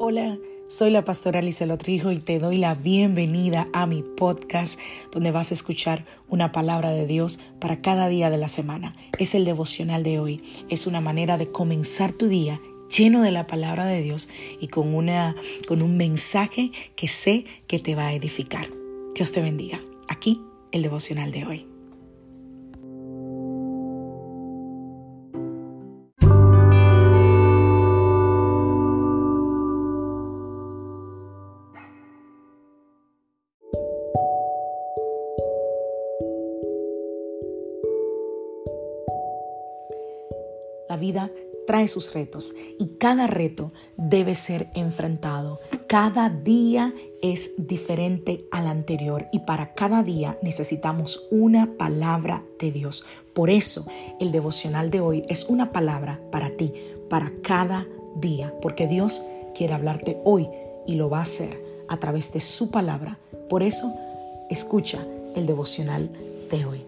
Hola, soy la pastora Lisela Trijo y te doy la bienvenida a mi podcast donde vas a escuchar una palabra de Dios para cada día de la semana. Es el devocional de hoy. Es una manera de comenzar tu día lleno de la palabra de Dios y con un mensaje que sé que te va a edificar. Dios te bendiga. Aquí el devocional de hoy. La vida trae sus retos y cada reto debe ser enfrentado. Cada día es diferente al anterior y para cada día necesitamos una palabra de Dios. Por eso el devocional de hoy es una palabra para ti, para cada día, porque Dios quiere hablarte hoy y lo va a hacer a través de su palabra. Por eso escucha el devocional de hoy.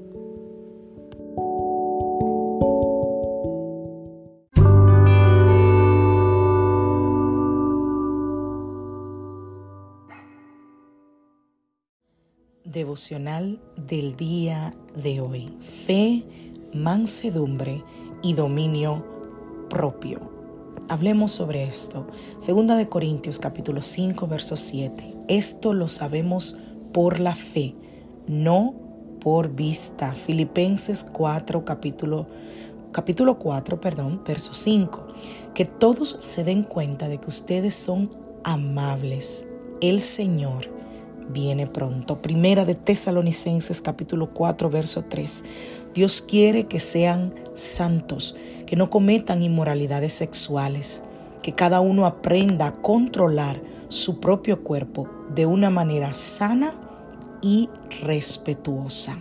Devocional del día de hoy. Fe, mansedumbre y dominio propio. Hablemos sobre esto. 2 Corintios capítulo 5, verso 7. Esto lo sabemos por la fe, no por vista. Filipenses 4, capítulo 4, verso 5. Que todos se den cuenta de que ustedes son amables. El Señor viene pronto. Primera de Tesalonicenses capítulo 4, verso 3. Dios quiere que sean santos, que no cometan inmoralidades sexuales, que cada uno aprenda a controlar su propio cuerpo de una manera sana y respetuosa.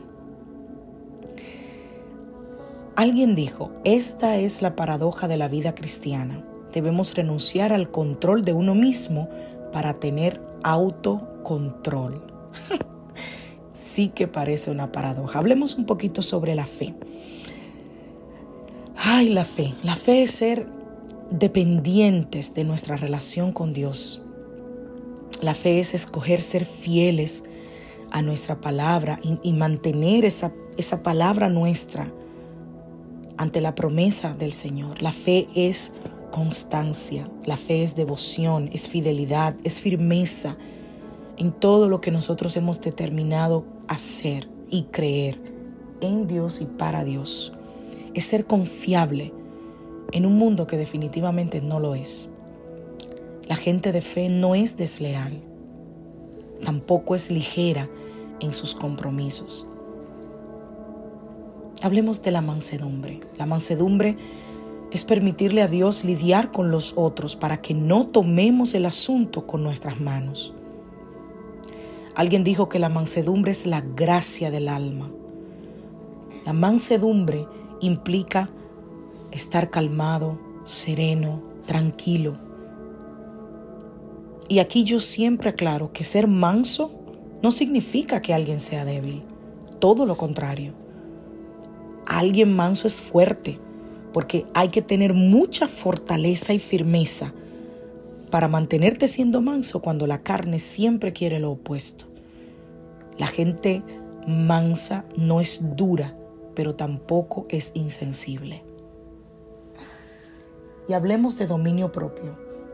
Alguien dijo, esta es la paradoja de la vida cristiana. Debemos renunciar al control de uno mismo para tener autocontrol. Sí que parece una paradoja. Hablemos un poquito sobre la fe. La fe. La fe es ser dependientes de nuestra relación con Dios. La fe es escoger ser fieles a nuestra palabra y mantener esa palabra nuestra ante la promesa del Señor. La fe es constancia, la fe es devoción, es fidelidad, es firmeza en todo lo que nosotros hemos determinado hacer y creer en Dios y para Dios. Es ser confiable en un mundo que definitivamente no lo es. La gente de fe no es desleal, tampoco es ligera en sus compromisos. Hablemos de la mansedumbre. La mansedumbre es permitirle a Dios lidiar con los otros para que no tomemos el asunto con nuestras manos. Alguien dijo que la mansedumbre es la gracia del alma. La mansedumbre implica estar calmado, sereno, tranquilo. Y aquí yo siempre aclaro que ser manso no significa que alguien sea débil. Todo lo contrario. Alguien manso es fuerte, porque hay que tener mucha fortaleza y firmeza para mantenerte siendo manso cuando la carne siempre quiere lo opuesto. La gente mansa no es dura, pero tampoco es insensible. Y hablemos de dominio propio.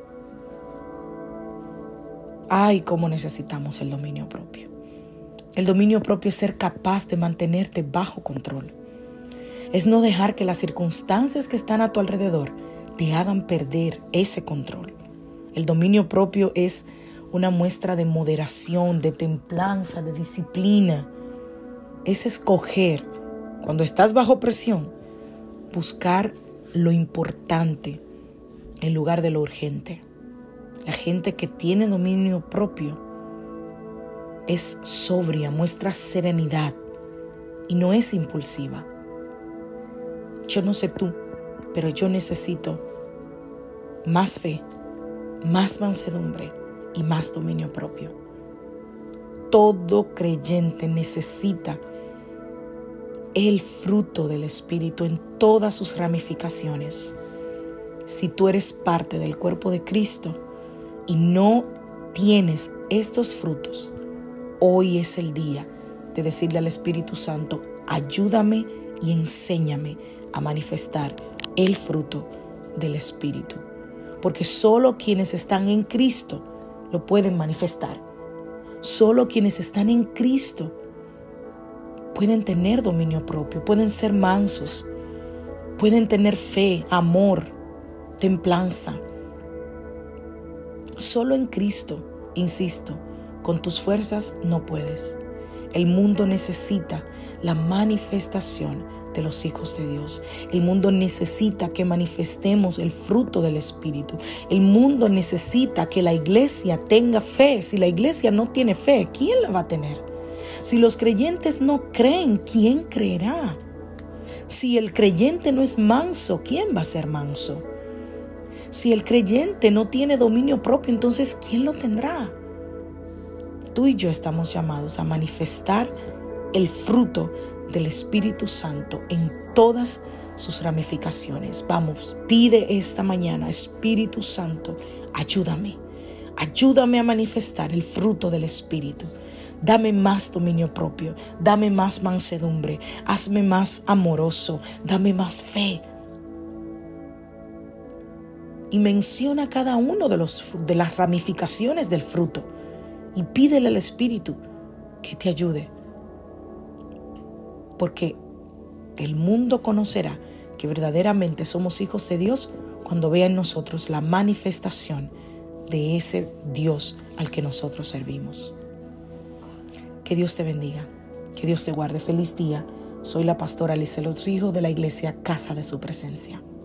Cómo necesitamos el dominio propio. El dominio propio es ser capaz de mantenerte bajo control. Es no dejar que las circunstancias que están a tu alrededor te hagan perder ese control. El dominio propio es una muestra de moderación, de templanza, de disciplina. Es escoger, cuando estás bajo presión, buscar lo importante en lugar de lo urgente. La gente que tiene dominio propio es sobria, muestra serenidad y no es impulsiva. Yo no sé tú, pero yo necesito más fe, más mansedumbre y más dominio propio. Todo creyente necesita el fruto del Espíritu en todas sus ramificaciones. Si tú eres parte del cuerpo de Cristo, y no tienes estos frutos, hoy es el día de decirle al Espíritu Santo, ayúdame y enséñame a manifestar el fruto del Espíritu. Porque solo quienes están en Cristo lo pueden manifestar. Solo quienes están en Cristo pueden tener dominio propio, pueden ser mansos, pueden tener fe, amor, templanza. Solo en Cristo, insisto, con tus fuerzas no puedes. El mundo necesita la manifestación de los hijos de Dios. El mundo necesita que manifestemos el fruto del Espíritu. El mundo necesita que la iglesia tenga fe. Si la iglesia no tiene fe, ¿quién la va a tener? Si los creyentes no creen, ¿quién creerá? Si el creyente no es manso, ¿quién va a ser manso? Si el creyente no tiene dominio propio, entonces ¿quién lo tendrá? Tú y yo estamos llamados a manifestar el fruto del Espíritu Santo en todas sus ramificaciones. Vamos, pide esta mañana, Espíritu Santo, ayúdame a manifestar el fruto del Espíritu. Dame más dominio propio, dame más mansedumbre, hazme más amoroso, dame más fe. Y menciona cada uno de las ramificaciones del fruto y pídele al Espíritu que te ayude. Porque el mundo conocerá que verdaderamente somos hijos de Dios cuando vea en nosotros la manifestación de ese Dios al que nosotros servimos. Que Dios te bendiga, que Dios te guarde. Feliz día. Soy la pastora Lizelot Rijo de la iglesia Casa de Su Presencia.